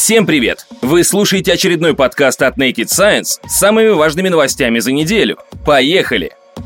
Всем привет! Вы слушаете очередной подкаст от Naked Science с самыми важными новостями за неделю. Поехали!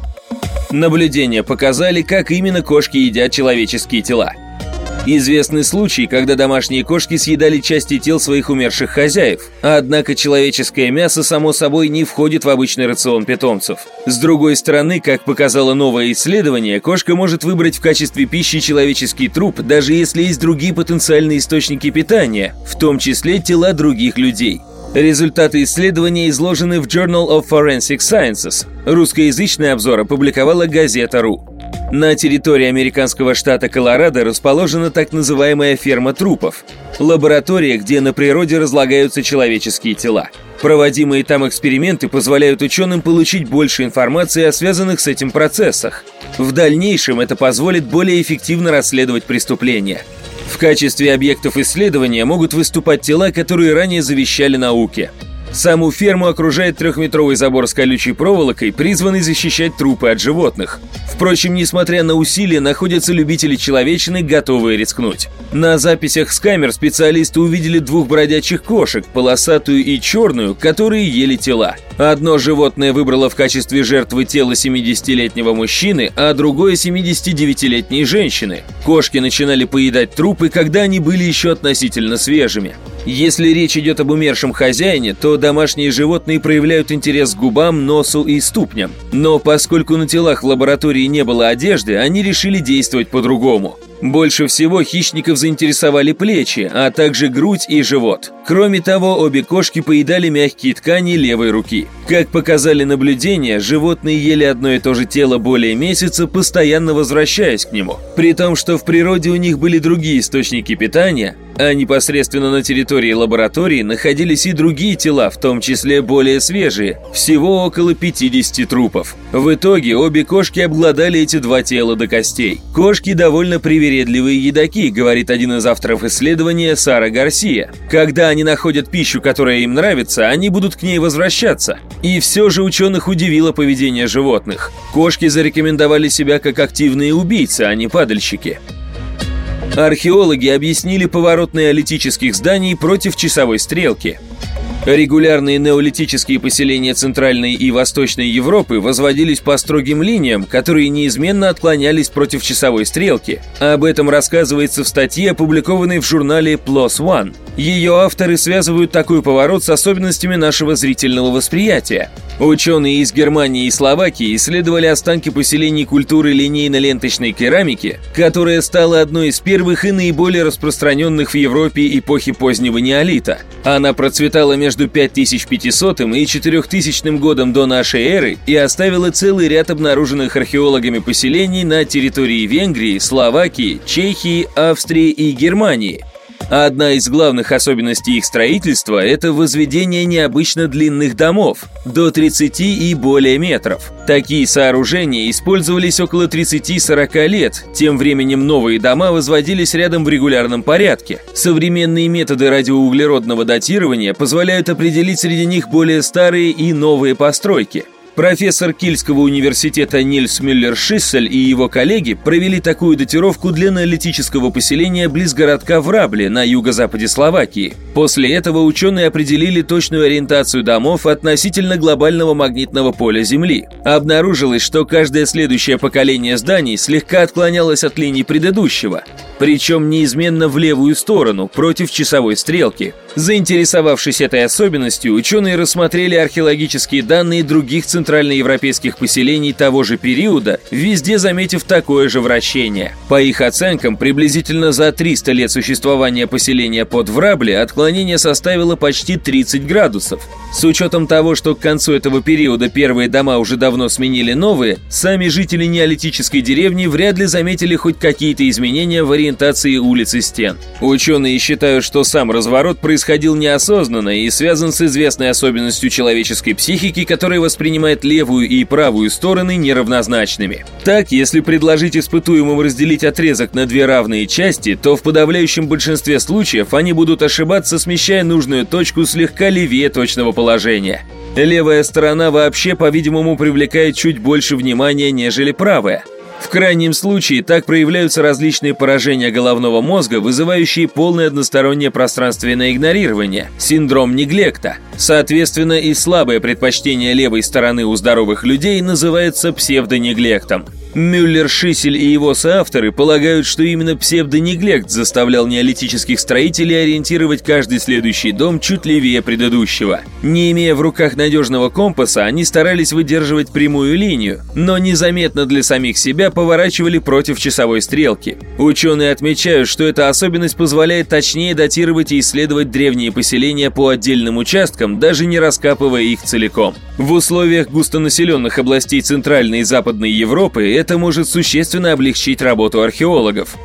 Наблюдения показали, как именно кошки едят человеческие тела. Известны случаи, когда домашние кошки съедали части тел своих умерших хозяев, однако человеческое мясо, само собой, не входит в обычный рацион питомцев. С другой стороны, как показало новое исследование, кошка может выбрать в качестве пищи человеческий труп, даже если есть другие потенциальные источники питания, в том числе тела других людей. Результаты исследования изложены в Journal of Forensic Sciences. Русскоязычный обзор опубликовала газета.ру. На территории американского штата Колорадо расположена так называемая ферма трупов – лаборатория, где на природе разлагаются человеческие тела. Проводимые там эксперименты позволяют ученым получить больше информации о связанных с этим процессах. В дальнейшем это позволит более эффективно расследовать преступления. В качестве объектов исследования могут выступать тела, которые ранее завещали науке. Саму ферму окружает 3-метровый забор с колючей проволокой, призванный защищать трупы от животных. Впрочем, несмотря на усилия, находятся любители человечины, готовые рискнуть. На записях с камер специалисты увидели 2 бродячих кошек, полосатую и черную, которые ели тела. Одно животное выбрало в качестве жертвы тело 70-летнего мужчины, а другое 79-летней женщины. Кошки начинали поедать трупы, когда они были еще относительно свежими. Если речь идет об умершем хозяине, то домашние животные проявляют интерес к губам, носу и ступням. Но поскольку на телах в лаборатории не было одежды, они решили действовать по-другому. Больше всего хищников заинтересовали плечи, а также грудь и живот. Кроме того, обе кошки поедали мягкие ткани левой руки. Как показали наблюдения, животные ели одно и то же тело более месяца, постоянно возвращаясь к нему. При том, что в природе у них были другие источники питания, а непосредственно на территории лаборатории находились и другие тела, в том числе более свежие, всего около 50 трупов. В итоге обе кошки обглодали эти 2 тела до костей. Кошки довольно привередливые едоки, говорит один из авторов исследования Сара Гарсия. Когда они находят пищу, которая им нравится, они будут к ней возвращаться. И все же ученых удивило поведение животных. Кошки зарекомендовали себя как активные убийцы, а не падальщики. Археологи объяснили поворот неолитических зданий против часовой стрелки. Регулярные неолитические поселения Центральной и Восточной Европы возводились по строгим линиям, которые неизменно отклонялись против часовой стрелки. Об этом рассказывается в статье, опубликованной в журнале PLOS ONE. Ее авторы связывают такой поворот с особенностями нашего зрительного восприятия. Ученые из Германии и Словакии исследовали останки поселений культуры линейно-ленточной керамики, которая стала одной из первых и наиболее распространенных в Европе эпохи позднего неолита. Она процветала между 5500 и 4000 годом до нашей эры и оставила целый ряд обнаруженных археологами поселений на территории Венгрии, Словакии, Чехии, Австрии и Германии. Одна из главных особенностей их строительства – это возведение необычно длинных домов, до 30 и более метров. Такие сооружения использовались около 30-40 лет, тем временем новые дома возводились рядом в регулярном порядке. Современные методы радиоуглеродного датирования позволяют определить среди них более старые и новые постройки. Профессор Кильского университета Нильс Мюллер-Шиссель и его коллеги провели такую датировку для неолитического поселения близ городка Врабле на юго-западе Словакии. После этого ученые определили точную ориентацию домов относительно глобального магнитного поля Земли. Обнаружилось, что каждое следующее поколение зданий слегка отклонялось от линий предыдущего, причем неизменно в левую сторону, против часовой стрелки. Заинтересовавшись этой особенностью, ученые рассмотрели археологические данные других центральноевропейских поселений того же периода, везде заметив такое же вращение. По их оценкам, приблизительно за 300 лет существования поселения под Врабле отклонение составило почти 30 градусов. С учетом того, что к концу этого периода первые дома уже давно сменили новые, сами жители неолитической деревни вряд ли заметили хоть какие-то изменения в ориентации улиц и стен. Ученые считают, что сам разворот происходил неосознанно и связан с известной особенностью человеческой психики, которая воспринимает левую и правую стороны неравнозначными. Так, если предложить испытуемым разделить отрезок на 2 равные части, то в подавляющем большинстве случаев они будут ошибаться, смещая нужную точку слегка левее точного положения. Левая сторона вообще, по-видимому, привлекает чуть больше внимания, нежели правая. В крайнем случае так проявляются различные поражения головного мозга, вызывающие полное одностороннее пространственное игнорирование, синдром неглекта. Соответственно, и слабое предпочтение левой стороны у здоровых людей называется псевдонеглектом. Мюллер, Шиссель и его соавторы полагают, что именно псевдонеглект заставлял неолитических строителей ориентировать каждый следующий дом чуть левее предыдущего. Не имея в руках надежного компаса, они старались выдерживать прямую линию, но незаметно для самих себя поворачивали против часовой стрелки. Ученые отмечают, что эта особенность позволяет точнее датировать и исследовать древние поселения по отдельным участкам, даже не раскапывая их целиком. В условиях густонаселенных областей Центральной и Западной Европы это может существенно облегчить работу археологов.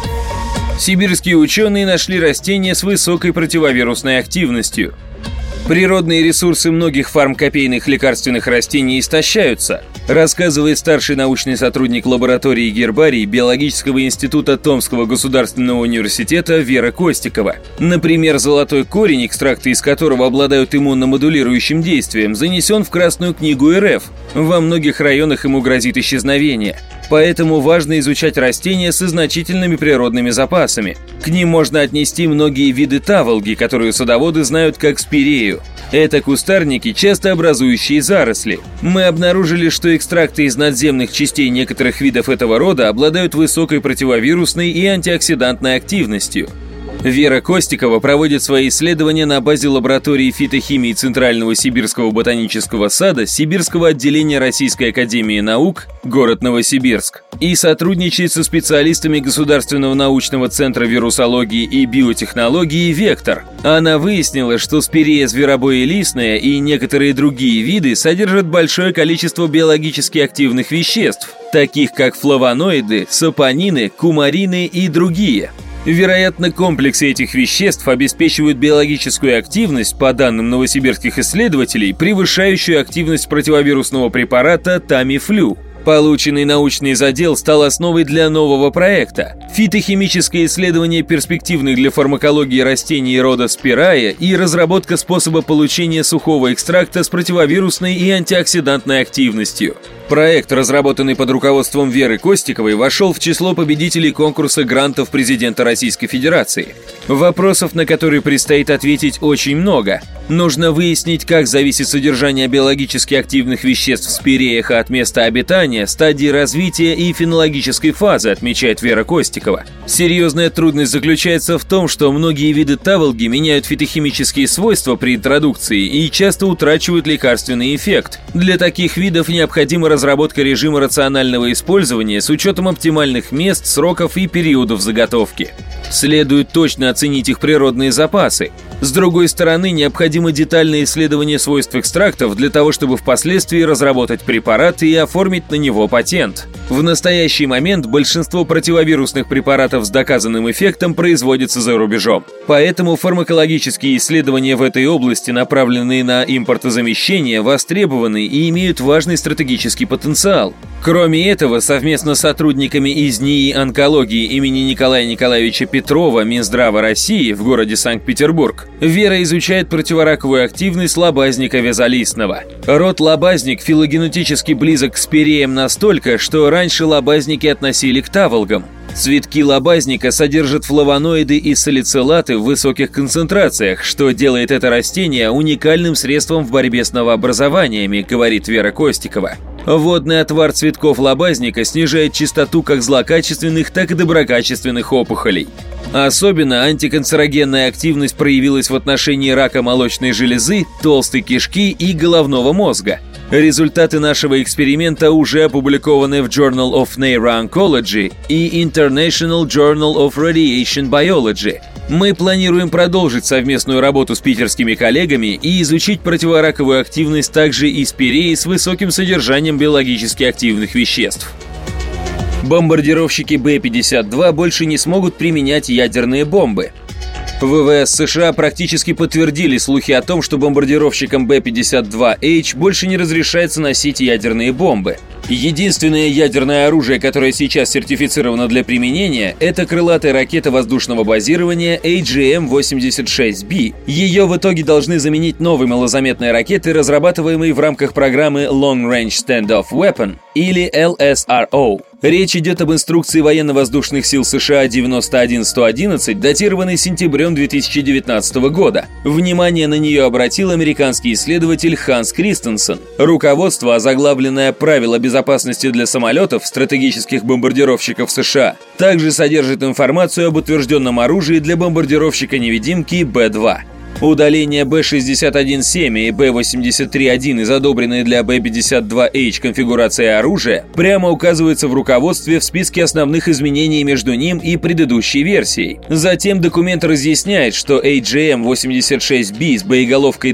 Сибирские ученые нашли растения с высокой противовирусной активностью. Природные ресурсы многих фармкопейных лекарственных растений истощаются, рассказывает старший научный сотрудник лаборатории гербарий Биологического института Томского государственного университета Вера Костикова. Например, золотой корень, экстракты из которого обладают иммуномодулирующим действием, занесен в Красную книгу РФ. Во многих районах ему грозит исчезновение. Поэтому важно изучать растения со значительными природными запасами. К ним можно отнести многие виды таволги, которые садоводы знают как спирею. Это кустарники, часто образующие заросли. Мы обнаружили, что экстракты из надземных частей некоторых видов этого рода обладают высокой противовирусной и антиоксидантной активностью. Вера Костикова проводит свои исследования на базе лаборатории фитохимии Центрального сибирского ботанического сада Сибирского отделения Российской академии наук, город Новосибирск, и сотрудничает со специалистами Государственного научного центра вирусологии и биотехнологии «Вектор». Она выяснила, что спирея зверобоелистная и некоторые другие виды содержат большое количество биологически активных веществ, таких как флавоноиды, сапонины, кумарины и другие. Вероятно, комплексы этих веществ обеспечивают биологическую активность, по данным новосибирских исследователей, превышающую активность противовирусного препарата Тамифлю. Полученный научный задел стал основой для нового проекта – фитохимическое исследование перспективных для фармакологии растений рода Спирая и разработка способа получения сухого экстракта с противовирусной и антиоксидантной активностью. Проект, разработанный под руководством Веры Костиковой, вошел в число победителей конкурса грантов президента Российской Федерации. Вопросов, на которые предстоит ответить, очень много. Нужно выяснить, как зависит содержание биологически активных веществ в спиреях от места обитания, стадии развития и фенологической фазы, отмечает Вера Костикова. Серьезная трудность заключается в том, что многие виды таволги меняют фитохимические свойства при интродукции и часто утрачивают лекарственный эффект. Для таких видов необходима разработка режима рационального использования с учетом оптимальных мест, сроков и периодов заготовки. Следует точно оценить их природные запасы. С другой стороны, необходимо детальное исследование свойств экстрактов для того, чтобы впоследствии разработать препарат и оформить на него патент. В настоящий момент большинство противовирусных препаратов с доказанным эффектом производится за рубежом. Поэтому фармакологические исследования в этой области, направленные на импортозамещение, востребованы и имеют важный стратегический потенциал. Кроме этого, совместно с сотрудниками из НИИ онкологии имени Николая Николаевича Петрова Минздрава России в городе Санкт-Петербург, Вера изучает противораковую активность лобазника вязолистного. Род лобазник филогенетически близок к спиреям настолько, что раньше лобазники относили к таволгам. Цветки лобазника содержат флавоноиды и салицилаты в высоких концентрациях, что делает это растение уникальным средством в борьбе с новообразованиями, говорит Вера Костикова. Водный отвар цветков лобазника снижает частоту как злокачественных, так и доброкачественных опухолей. Особенно антиканцерогенная активность проявилась в отношении рака молочной железы, толстой кишки и головного мозга. Результаты нашего эксперимента уже опубликованы в Journal of Neuro-Oncology и International Journal of Radiation Biology. Мы планируем продолжить совместную работу с питерскими коллегами и изучить противораковую активность также и спиреи с высоким содержанием биологически активных веществ. Бомбардировщики Б-52 больше не смогут применять ядерные бомбы. ВВС США практически подтвердили слухи о том, что бомбардировщикам Б-52H больше не разрешается носить ядерные бомбы. Единственное ядерное оружие, которое сейчас сертифицировано для применения, это крылатая ракета воздушного базирования AGM-86B. Ее в итоге должны заменить новой малозаметной ракетой, разрабатываемой в рамках программы Long Range Standoff Weapon, или LSRO. Речь идет об инструкции военно-воздушных сил США 91111, датированной сентябрем 2019 года. Внимание на нее обратил американский исследователь Ханс Кристенсен. Руководство, озаглавленное «Правила безопасности для самолетов, стратегических бомбардировщиков США», также содержит информацию об утвержденном оружии для бомбардировщика-невидимки Б-2. Удаление Б-61-7 и Б-83-1 из одобренной для Б-52H конфигурации оружия прямо указывается в руководстве в списке основных изменений между ним и предыдущей версией. Затем документ разъясняет, что AGM-86B с боеголовкой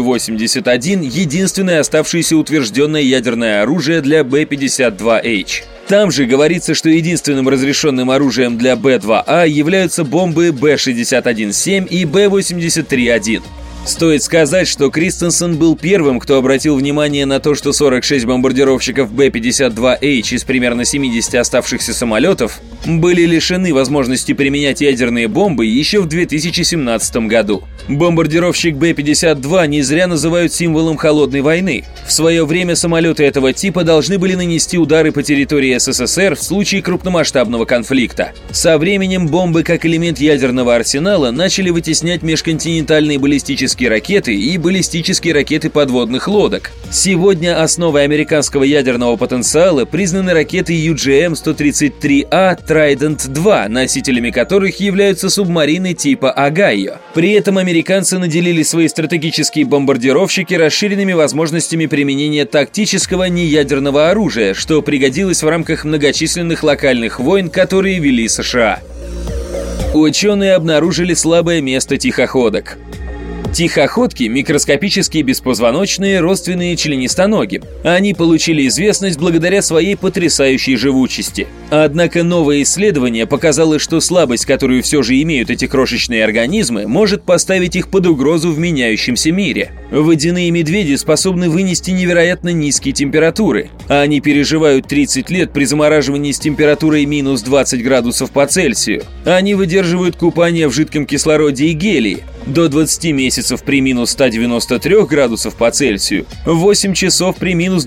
W-81 – единственное оставшееся утвержденное ядерное оружие для Б-52H. Там же говорится, что единственным разрешенным оружием для Б-2А являются бомбы Б-61-7 и Б-83-1. Стоит сказать, что Кристенсен был первым, кто обратил внимание на то, что 46 бомбардировщиков Б-52H из примерно 70 оставшихся самолетов были лишены возможности применять ядерные бомбы еще в 2017 году. Бомбардировщик Б-52 не зря называют символом холодной войны. В свое время самолеты этого типа должны были нанести удары по территории СССР в случае крупномасштабного конфликта. Со временем бомбы как элемент ядерного арсенала начали вытеснять межконтинентальные баллистические ракеты и баллистические ракеты подводных лодок. Сегодня основой американского ядерного потенциала признаны ракеты UGM-133A Trident-2, носителями которых являются субмарины типа Огайо. При этом американцы наделили свои стратегические бомбардировщики расширенными возможностями применения тактического неядерного оружия, что пригодилось в рамках многочисленных локальных войн, которые вели США. Ученые обнаружили слабое место тихоходок. Тихоходки – микроскопические беспозвоночные родственные членистоногим. Они получили известность благодаря своей потрясающей живучести. Однако новое исследование показало, что слабость, которую все же имеют эти крошечные организмы, может поставить их под угрозу в меняющемся мире. Водяные медведи способны вынести невероятно низкие температуры. Они переживают 30 лет при замораживании с температурой минус 20 градусов по Цельсию. Они выдерживают купание в жидком кислороде и гелии до 20 месяцев при минус 193 градусов по Цельсию, 8 часов при минус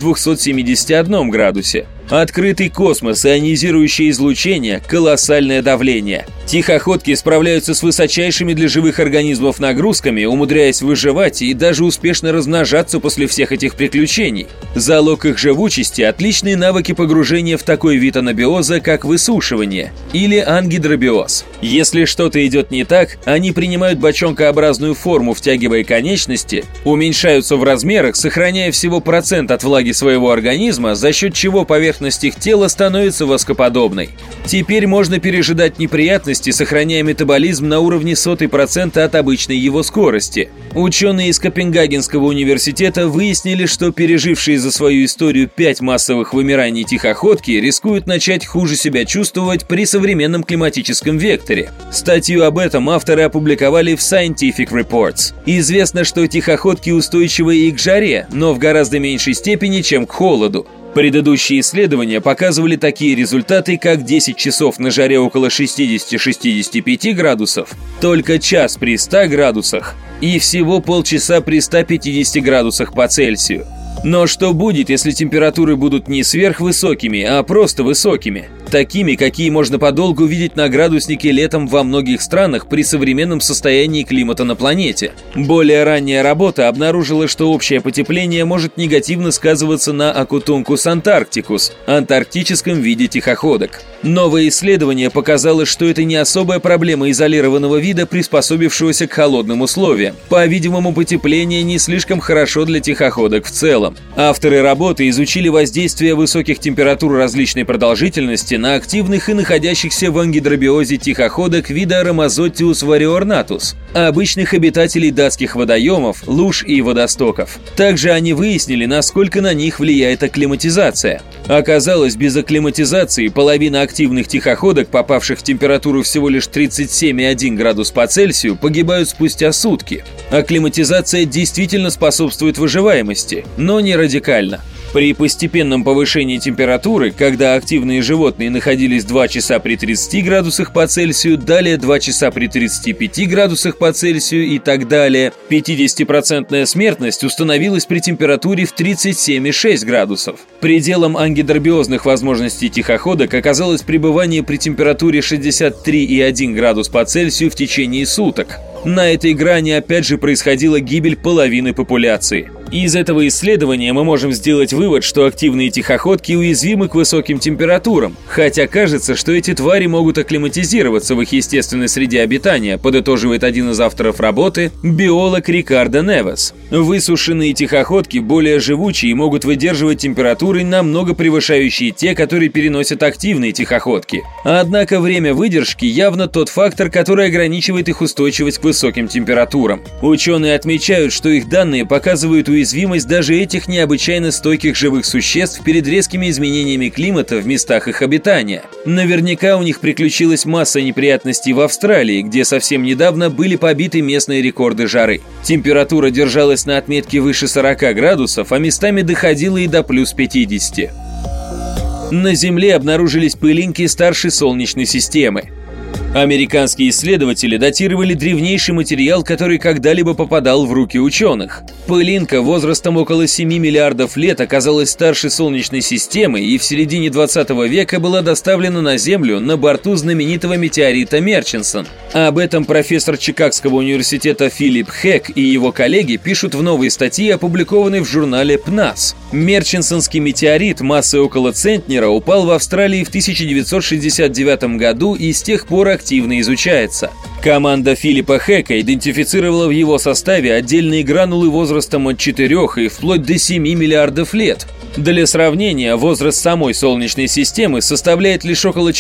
271 градусе. Открытый космос, ионизирующее излучение, колоссальное давление. Тихоходки справляются с высочайшими для живых организмов нагрузками, умудряясь выживать и даже успешно размножаться после всех этих приключений. Залог их живучести – отличные навыки погружения в такой вид анабиоза, как высушивание или ангидробиоз. Если что-то идет не так, они принимают бочонкообразную форму, втягивая конечности, уменьшаются в размерах, сохраняя всего 1% от влаги своего организма, за счет чего поверхность их тела становится воскоподобной. Теперь можно пережидать неприятности, сохраняя метаболизм на уровне 0,01% от обычной его скорости. Ученые из Копенгагенского университета выяснили, что пережившие за свою историю 5 массовых вымираний тихоходки рискуют начать хуже себя чувствовать при современном климатическом векторе. Статью об этом авторы опубликовали в Scientific Reports. Известно, что тихоходки устойчивы и к жаре, но в гораздо меньшей степени, чем к холоду. Предыдущие исследования показывали такие результаты, как 10 часов на жаре около 60-65 градусов, только час при 100 градусах и всего полчаса при 150 градусах по Цельсию. Но что будет, если температуры будут не сверхвысокими, а просто высокими? Такими, какие можно подолгу видеть на градуснике летом во многих странах при современном состоянии климата на планете. Более ранняя работа обнаружила, что общее потепление может негативно сказываться на Акутункус антарктикус, антарктическом виде тихоходок. Новое исследование показало, что это не особая проблема изолированного вида, приспособившегося к холодным условиям. По-видимому, потепление не слишком хорошо для тихоходок в целом. Авторы работы изучили воздействие высоких температур различной продолжительности на активных и находящихся в ангидробиозе тихоходок вида Рамазоттиус вариорнатус, обычных обитателей датских водоемов, луж и водостоков. Также они выяснили, насколько на них влияет акклиматизация. Оказалось, без акклиматизации половина активных тихоходок, попавших в температуру всего лишь 37,1 градус по Цельсию, погибают спустя сутки. Акклиматизация действительно способствует выживаемости, но не радикально. При постепенном повышении температуры, когда активные животные находились 2 часа при 30 градусах по Цельсию, далее 2 часа при 35 градусах по Цельсию и так далее, 50% смертность установилась при температуре в 37,6 градусов. Пределом ангидербиозных возможностей тихоходок оказалось пребывание при температуре 63,1 градус по Цельсию в течение суток. На этой грани опять же происходила гибель половины популяции. Из этого исследования мы можем сделать вывод, что активные тихоходки уязвимы к высоким температурам, хотя кажется, что эти твари могут акклиматизироваться в их естественной среде обитания, подытоживает один из авторов работы, биолог Рикардо Невес. Высушенные тихоходки более живучие и могут выдерживать температуры, намного превышающие те, которые переносят активные тихоходки. Однако время выдержки явно тот фактор, который ограничивает их устойчивость к высоким температурам. Ученые отмечают, что их данные показывают уязвимость даже этих необычайно стойких живых существ перед резкими изменениями климата в местах их обитания. Наверняка у них приключилась масса неприятностей в Австралии, где совсем недавно были побиты местные рекорды жары. Температура держалась на отметке выше 40 градусов, а местами доходила и до плюс 50. На Земле обнаружились пылинки старшей Солнечной системы. Американские исследователи датировали древнейший материал, который когда-либо попадал в руки ученых. Пылинка возрастом около 7 миллиардов лет оказалась старше Солнечной системы и в середине 20 века была доставлена на Землю на борту знаменитого метеорита Мерченсон. Об этом профессор Чикагского университета Филипп Хэк и его коллеги пишут в новой статье, опубликованной в журнале PNAS. Мерченсонский метеорит массой около центнера упал в Австралии в 1969 году и с тех пор активно изучается. Команда Филиппа Хэка идентифицировала в его составе отдельные гранулы возрастом от 4 и вплоть до 7 миллиардов лет. Для сравнения, возраст самой Солнечной системы составляет лишь около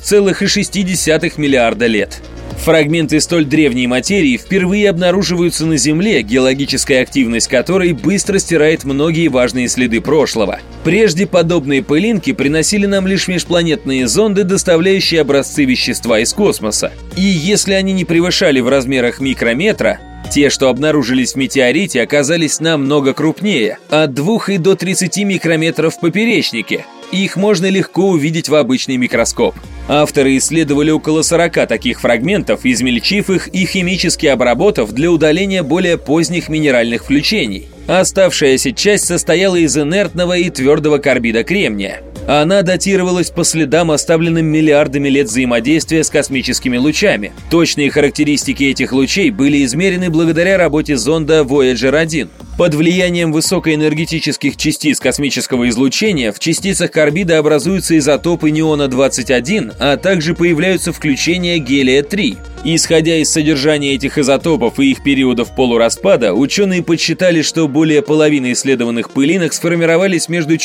4,6 миллиарда лет. Фрагменты столь древней материи впервые обнаруживаются на Земле, геологическая активность которой быстро стирает многие важные следы прошлого. Прежде подобные пылинки приносили нам лишь межпланетные зонды, доставляющие образцы вещества из космоса. И если они не превышали в размерах микрометра, те, что обнаружились в метеорите, оказались намного крупнее, от 2 и до 30 микрометров в поперечнике. Их можно легко увидеть в обычный микроскоп. Авторы исследовали около 40 таких фрагментов, измельчив их и химически обработав для удаления более поздних минеральных включений. Оставшаяся часть состояла из инертного и твердого карбида кремния. Она датировалась по следам, оставленным миллиардами лет взаимодействия с космическими лучами. Точные характеристики этих лучей были измерены благодаря работе зонда Voyager 1. Под влиянием высокоэнергетических частиц космического излучения в частицах карбида образуются изотопы неона-21, а также появляются включения гелия-3. Исходя из содержания этих изотопов и их периодов полураспада, ученые подсчитали, что более половины исследованных пылинок сформировались между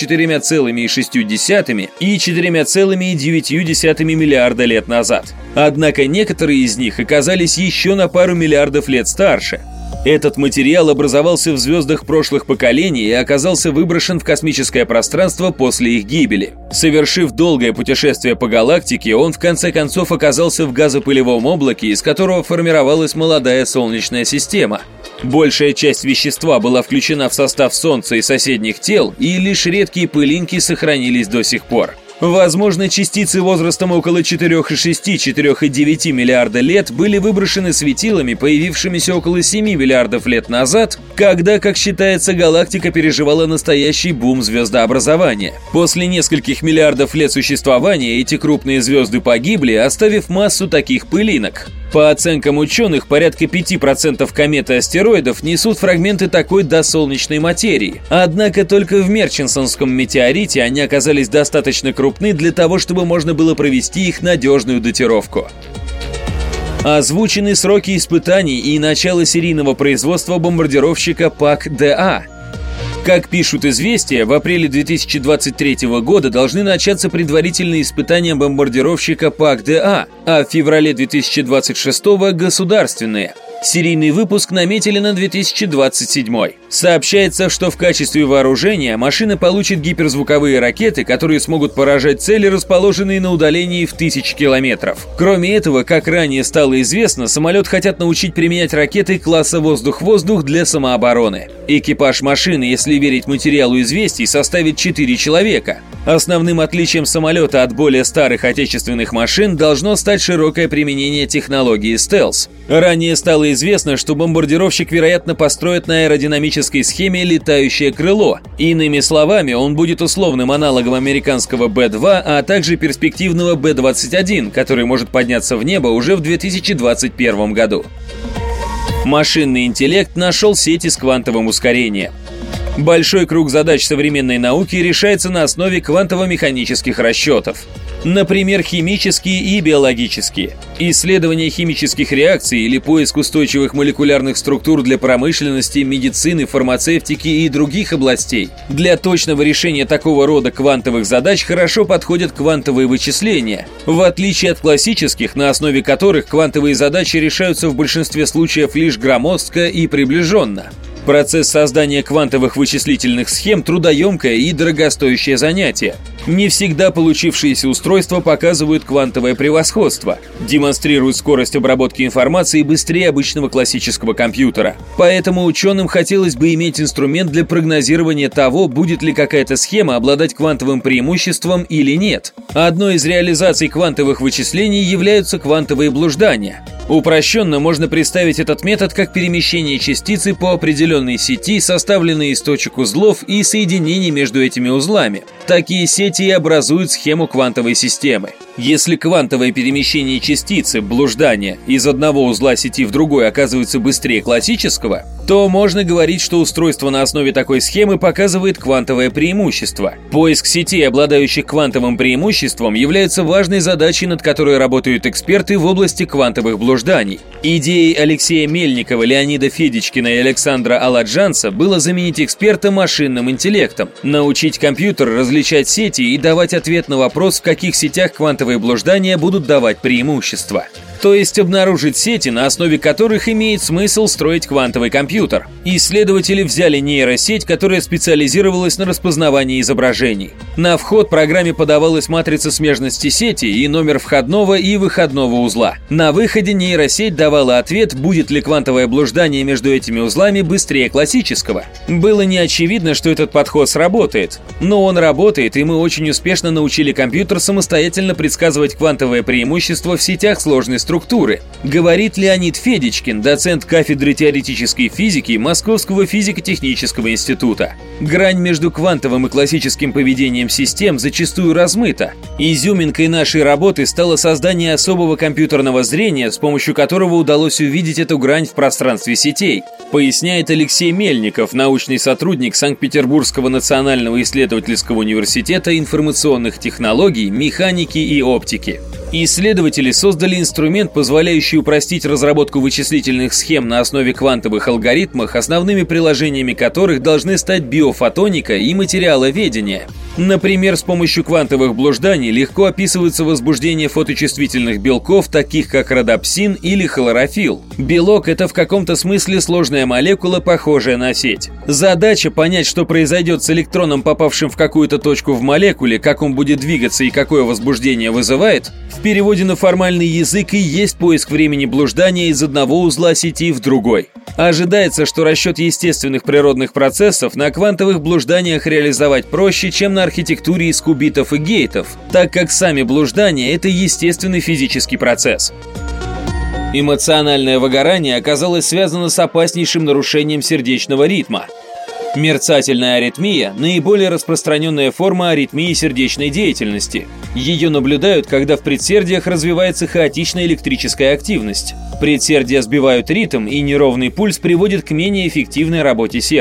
4,6 и 4,9 миллиарда лет назад. Однако некоторые из них оказались еще на пару миллиардов лет старше. Этот материал образовался в звездах прошлых поколений и оказался выброшен в космическое пространство после их гибели. Совершив долгое путешествие по галактике, он в конце концов оказался в газопылевом облаке, из которого формировалась молодая Солнечная система. Большая часть вещества была включена в состав Солнца и соседних тел, и лишь редкие пылинки сохранились до сих пор. Возможно, частицы возрастом около 4,6–4,9 миллиарда лет были выброшены светилами, появившимися около 7 миллиардов лет назад, когда, как считается, галактика переживала настоящий бум звездообразования. После нескольких миллиардов лет существования эти крупные звезды погибли, оставив массу таких пылинок. По оценкам ученых, порядка 5% комет и астероидов несут фрагменты такой досолнечной материи. Однако только в Мерченсонском метеорите они оказались достаточно крупны для того, чтобы можно было провести их надежную датировку. Озвучены сроки испытаний и начало серийного производства бомбардировщика ПАК-ДА. Как пишут «Известия», в апреле 2023 года должны начаться предварительные испытания бомбардировщика ПАК-ДА, а в феврале 2026 – государственные. Серийный выпуск наметили на 2027. Сообщается, что в качестве вооружения машина получит гиперзвуковые ракеты, которые смогут поражать цели, расположенные на удалении в 1000 километров. Кроме этого, как ранее стало известно, самолет хотят научить применять ракеты класса воздух-воздух для самообороны. Экипаж машины, если верить материалу известий, составит 4 человека. Основным отличием самолета от более старых отечественных машин должно стать широкое применение технологии стелс. Ранее стало известно, что бомбардировщик, вероятно, построит на аэродинамической схеме летающее крыло. Иными словами, он будет условным аналогом американского Б-2, а также перспективного Б-21, который может подняться в небо уже в 2021 году. Машинный интеллект нашел сети с квантовым ускорением. Большой круг задач современной науки решается на основе квантово-механических расчетов. Например, химические и биологические. Исследование химических реакций или поиск устойчивых молекулярных структур для промышленности, медицины, фармацевтики и других областей. Для точного решения такого рода квантовых задач хорошо подходят квантовые вычисления, в отличие от классических, на основе которых квантовые задачи решаются в большинстве случаев лишь громоздко и приближенно. Процесс создания квантовых вычислительных схем – трудоемкое и дорогостоящее занятие. Не всегда получившиеся устройства показывают квантовое превосходство, демонстрируют скорость обработки информации быстрее обычного классического компьютера. Поэтому ученым хотелось бы иметь инструмент для прогнозирования того, будет ли какая-то схема обладать квантовым преимуществом или нет. Одной из реализаций квантовых вычислений являются квантовые блуждания. Упрощенно можно представить этот метод как перемещение частицы по определенной сети, составленной из точек узлов и соединений между этими узлами. Такие сети и образуют схему квантовой системы. Если квантовое перемещение частицы, блуждание, из одного узла сети в другой оказывается быстрее классического, то можно говорить, что устройство на основе такой схемы показывает квантовое преимущество. Поиск сетей, обладающих квантовым преимуществом, является важной задачей, над которой работают эксперты в области квантовых блужданий. Идеей Алексея Мельникова, Леонида Федичкина и Александра Аладжанца было заменить эксперта машинным интеллектом, научить компьютер различать сети и давать ответ на вопрос, в каких сетях квантовые блуждания будут давать преимущество. То есть обнаружить сети, на основе которых имеет смысл строить квантовый компьютер. Исследователи взяли нейросеть, которая специализировалась на распознавании изображений. На вход программе подавалась матрица смежности сети и номер входного и выходного узла. На выходе нейросеть давала ответ, будет ли квантовое блуждание между этими узлами быстрее классического. Было не очевидно, что этот подход сработает. Но он работает, и мы очень успешно научили компьютер самостоятельно предсказывать квантовое преимущество в сетях сложной структуры, говорит Леонид Федичкин, доцент кафедры теоретической физики Московского физико-технического института. Грань между квантовым и классическим поведением систем зачастую размыта. Изюминкой нашей работы стало создание особого компьютерного зрения, с помощью которого удалось увидеть эту грань в пространстве сетей, поясняет Алексей Мельников, научный сотрудник Санкт-Петербургского национального исследовательского университета информационных технологий, механики и оптики. Исследователи создали инструмент, позволяющий упростить разработку вычислительных схем на основе квантовых алгоритмов, основными приложениями которых должны стать биофотоника и материаловедение. Например, с помощью квантовых блужданий легко описывается возбуждение фоточувствительных белков, таких как родопсин или хлорофилл. Белок – это в каком-то смысле сложная молекула, похожая на сеть. Задача понять, что произойдет с электроном, попавшим в какую-то точку в молекуле, как он будет двигаться и какое возбуждение вызывает, в переводе на формальный язык и есть поиск времени блуждания из одного узла сети в другой. Ожидается, что расчет естественных природных процессов на квантовых блужданиях реализовать проще, чем на архитектуре из кубитов и гейтов, так как сами блуждания – это естественный физический процесс. Эмоциональное выгорание оказалось связано с опаснейшим нарушением сердечного ритма. Мерцательная аритмия – наиболее распространенная форма аритмии сердечной деятельности. Ее наблюдают, когда в предсердиях развивается хаотичная электрическая активность. Предсердия сбивают ритм, и неровный пульс приводит к менее эффективной работе сердца.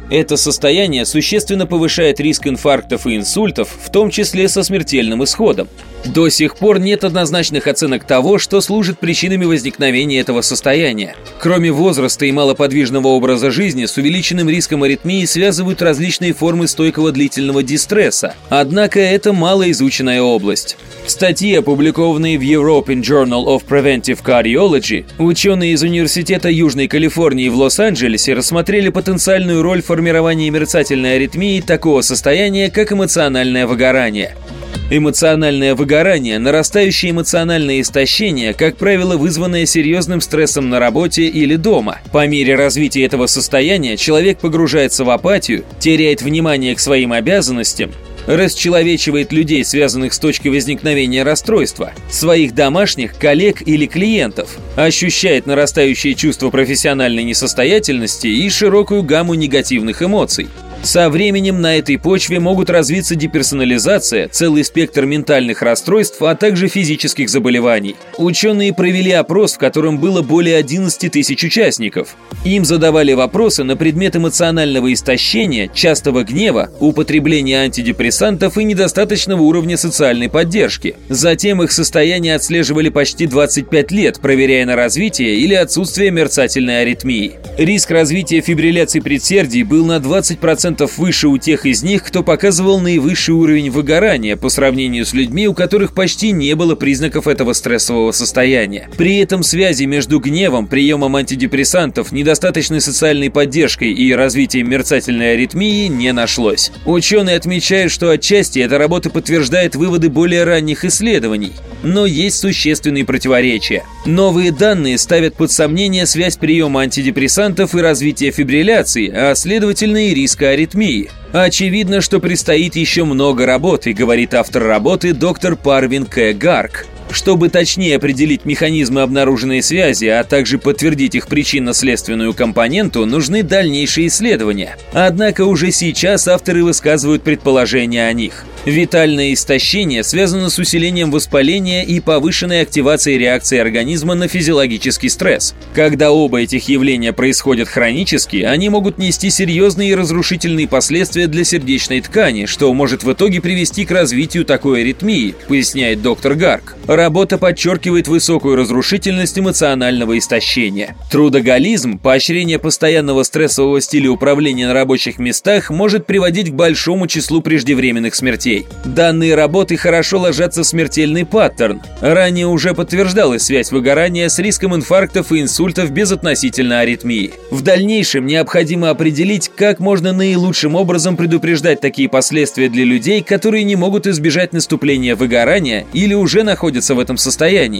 Это состояние существенно повышает риск инфарктов и инсультов, в том числе со смертельным исходом. До сих пор нет однозначных оценок того, что служит причинами возникновения этого состояния. Кроме возраста и малоподвижного образа жизни, с увеличенным риском аритмии связывают различные формы стойкого длительного дистресса. Однако это малоизученная область. В статье, опубликованной в European Journal of Preventive Cardiology, ученые из Университета Южной Калифорнии в Лос-Анджелесе рассмотрели потенциальную роль формирования мерцательной аритмии такого состояния, как эмоциональное выгорание. Эмоциональное выгорание – нарастающее эмоциональное истощение, как правило, вызванное серьезным стрессом на работе или дома. По мере развития этого состояния человек погружается в апатию, теряет внимание к своим обязанностям, расчеловечивает людей, связанных с точкой возникновения расстройства, своих домашних, коллег или клиентов, ощущает нарастающее чувство профессиональной несостоятельности и широкую гамму негативных эмоций. Со временем на этой почве могут развиться деперсонализация, целый спектр ментальных расстройств, а также физических заболеваний. Ученые провели опрос, в котором было более 11 тысяч участников. Им задавали вопросы на предмет эмоционального истощения, частого гнева, употребления антидепрессантов и недостаточного уровня социальной поддержки. Затем их состояние отслеживали почти 25 лет, проверяя на развитие или отсутствие мерцательной аритмии. Риск развития фибрилляции предсердий был на 20% выше у тех из них, кто показывал наивысший уровень выгорания по сравнению с людьми, у которых почти не было признаков этого стрессового состояния. При этом связи между гневом, приемом антидепрессантов, недостаточной социальной поддержкой и развитием мерцательной аритмии не нашлось. Ученые отмечают, что отчасти эта работа подтверждает выводы более ранних исследований. Но есть существенные противоречия. Новые данные ставят под сомнение связь приема антидепрессантов и развития фибрилляции, а следовательно и риска аритмии. Очевидно, что предстоит еще много работы, говорит автор работы доктор Парвин К. Гарг. Чтобы точнее определить механизмы обнаруженной связи, а также подтвердить их причинно-следственную компоненту, нужны дальнейшие исследования. Однако уже сейчас авторы высказывают предположения о них. Витальное истощение связано с усилением воспаления и повышенной активацией реакции организма на физиологический стресс. Когда оба этих явления происходят хронически, они могут нести серьезные и разрушительные последствия для сердечной ткани, что может в итоге привести к развитию такой аритмии, поясняет доктор Гарг. Работа подчеркивает высокую разрушительность эмоционального истощения. Трудоголизм, поощрение постоянного стрессового стиля управления на рабочих местах, может приводить к большому числу преждевременных смертей. Данные работы хорошо ложатся в смертельный паттерн. Ранее уже подтверждалась связь выгорания с риском инфарктов и инсультов без относительно аритмии. В дальнейшем необходимо определить, как можно наилучшим образом предупреждать такие последствия для людей, которые не могут избежать наступления выгорания или уже находятся в этом состоянии.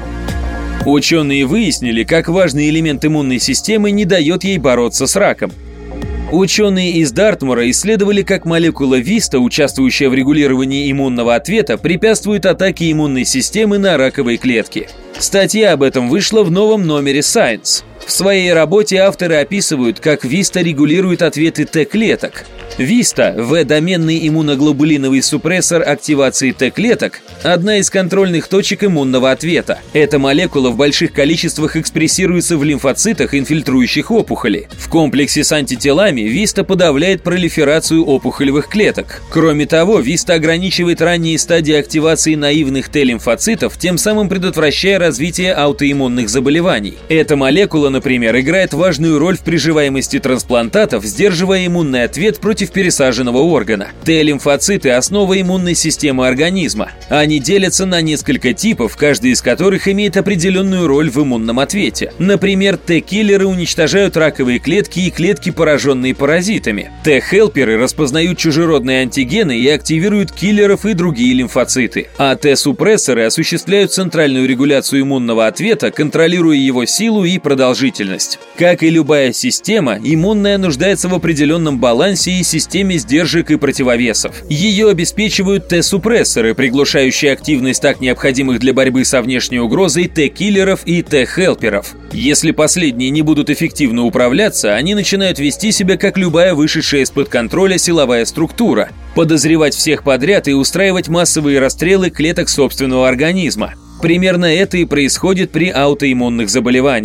Ученые выяснили, как важный элемент иммунной системы не дает ей бороться с раком. Ученые из Дартмура исследовали, как молекула ВИСТа, участвующая в регулировании иммунного ответа, препятствует атаке иммунной системы на раковые клетки. Статья об этом вышла в новом номере Science. В своей работе авторы описывают, как ВИСТа регулирует ответы Т-клеток. ВИСТа – В-доменный иммуноглобулиновый супрессор активации Т-клеток – одна из контрольных точек иммунного ответа. Эта молекула в больших количествах экспрессируется в лимфоцитах, инфильтрующих опухоли. В комплексе с антителами ВИСТа подавляет пролиферацию опухолевых клеток. Кроме того, ВИСТа ограничивает ранние стадии активации наивных Т-лимфоцитов, тем самым предотвращая развитие аутоиммунных заболеваний. Эта молекула, например, играет важную роль в приживаемости трансплантатов, сдерживая иммунный ответ против пересаженного органа. Т-лимфоциты – основа иммунной системы организма. Они делятся на несколько типов, каждый из которых имеет определенную роль в иммунном ответе. Например, Т-киллеры уничтожают раковые клетки и клетки, пораженные паразитами. Т-хелперы распознают чужеродные антигены и активируют киллеров и другие лимфоциты. А Т-супрессоры осуществляют центральную регуляцию иммунного ответа, контролируя его силу и продолжительность. Как и любая система, иммунная нуждается в определенном балансе и системе сдержек и противовесов. Ее обеспечивают Т-супрессоры, приглушающие активность так необходимых для борьбы со внешней угрозой Т-киллеров и Т-хелперов. Если последние не будут эффективно управляться, они начинают вести себя как любая вышедшая из-под контроля силовая структура, подозревать всех подряд и устраивать массовые расстрелы клеток собственного организма. Примерно это и происходит при аутоиммунных заболеваниях.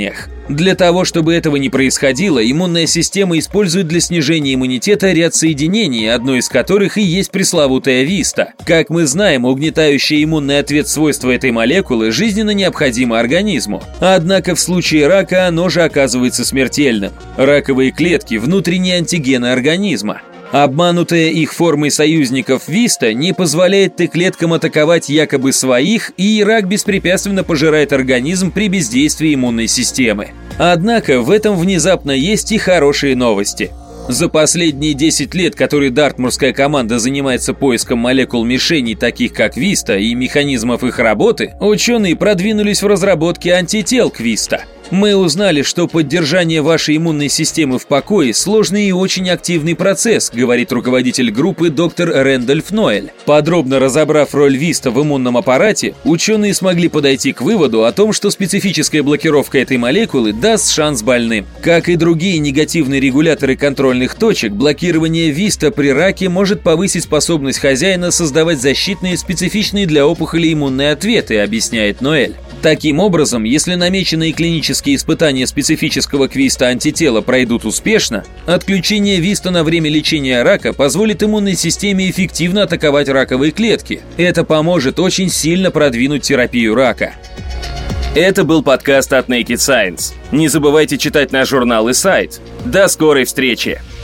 Для того, чтобы этого не происходило, иммунная система использует для снижения иммунитета ряд соединений, одно из которых и есть пресловутая виста. Как мы знаем, угнетающий иммунный ответ свойства этой молекулы жизненно необходимо организму. Однако в случае рака оно же оказывается смертельным. Раковые клетки – внутренние антигены организма. Обманутая их формой союзников виста не позволяет Т-клеткам атаковать якобы своих, и рак беспрепятственно пожирает организм при бездействии иммунной системы. Однако в этом внезапно есть и хорошие новости. За последние 10 лет, которые дартмурская команда занимается поиском молекул мишеней, таких как виста, и механизмов их работы, ученые продвинулись в разработке антител к виста. Мы узнали, что поддержание вашей иммунной системы в покое – сложный и очень активный процесс, говорит руководитель группы доктор Рэндольф Ноэль. Подробно разобрав роль виста в иммунном аппарате, ученые смогли подойти к выводу о том, что специфическая блокировка этой молекулы даст шанс больным. Как и другие негативные регуляторы контрольных точек, блокирование виста при раке может повысить способность хозяина создавать защитные, специфичные для опухоли иммунные ответы, объясняет Ноэль. Таким образом, если намеченные клинические испытания специфического к виста антитела пройдут успешно, отключение виста на время лечения рака позволит иммунной системе эффективно атаковать раковые клетки. Это поможет очень сильно продвинуть терапию рака. Это был подкаст от Naked Science. Не забывайте читать наш журнал и сайт. До скорой встречи!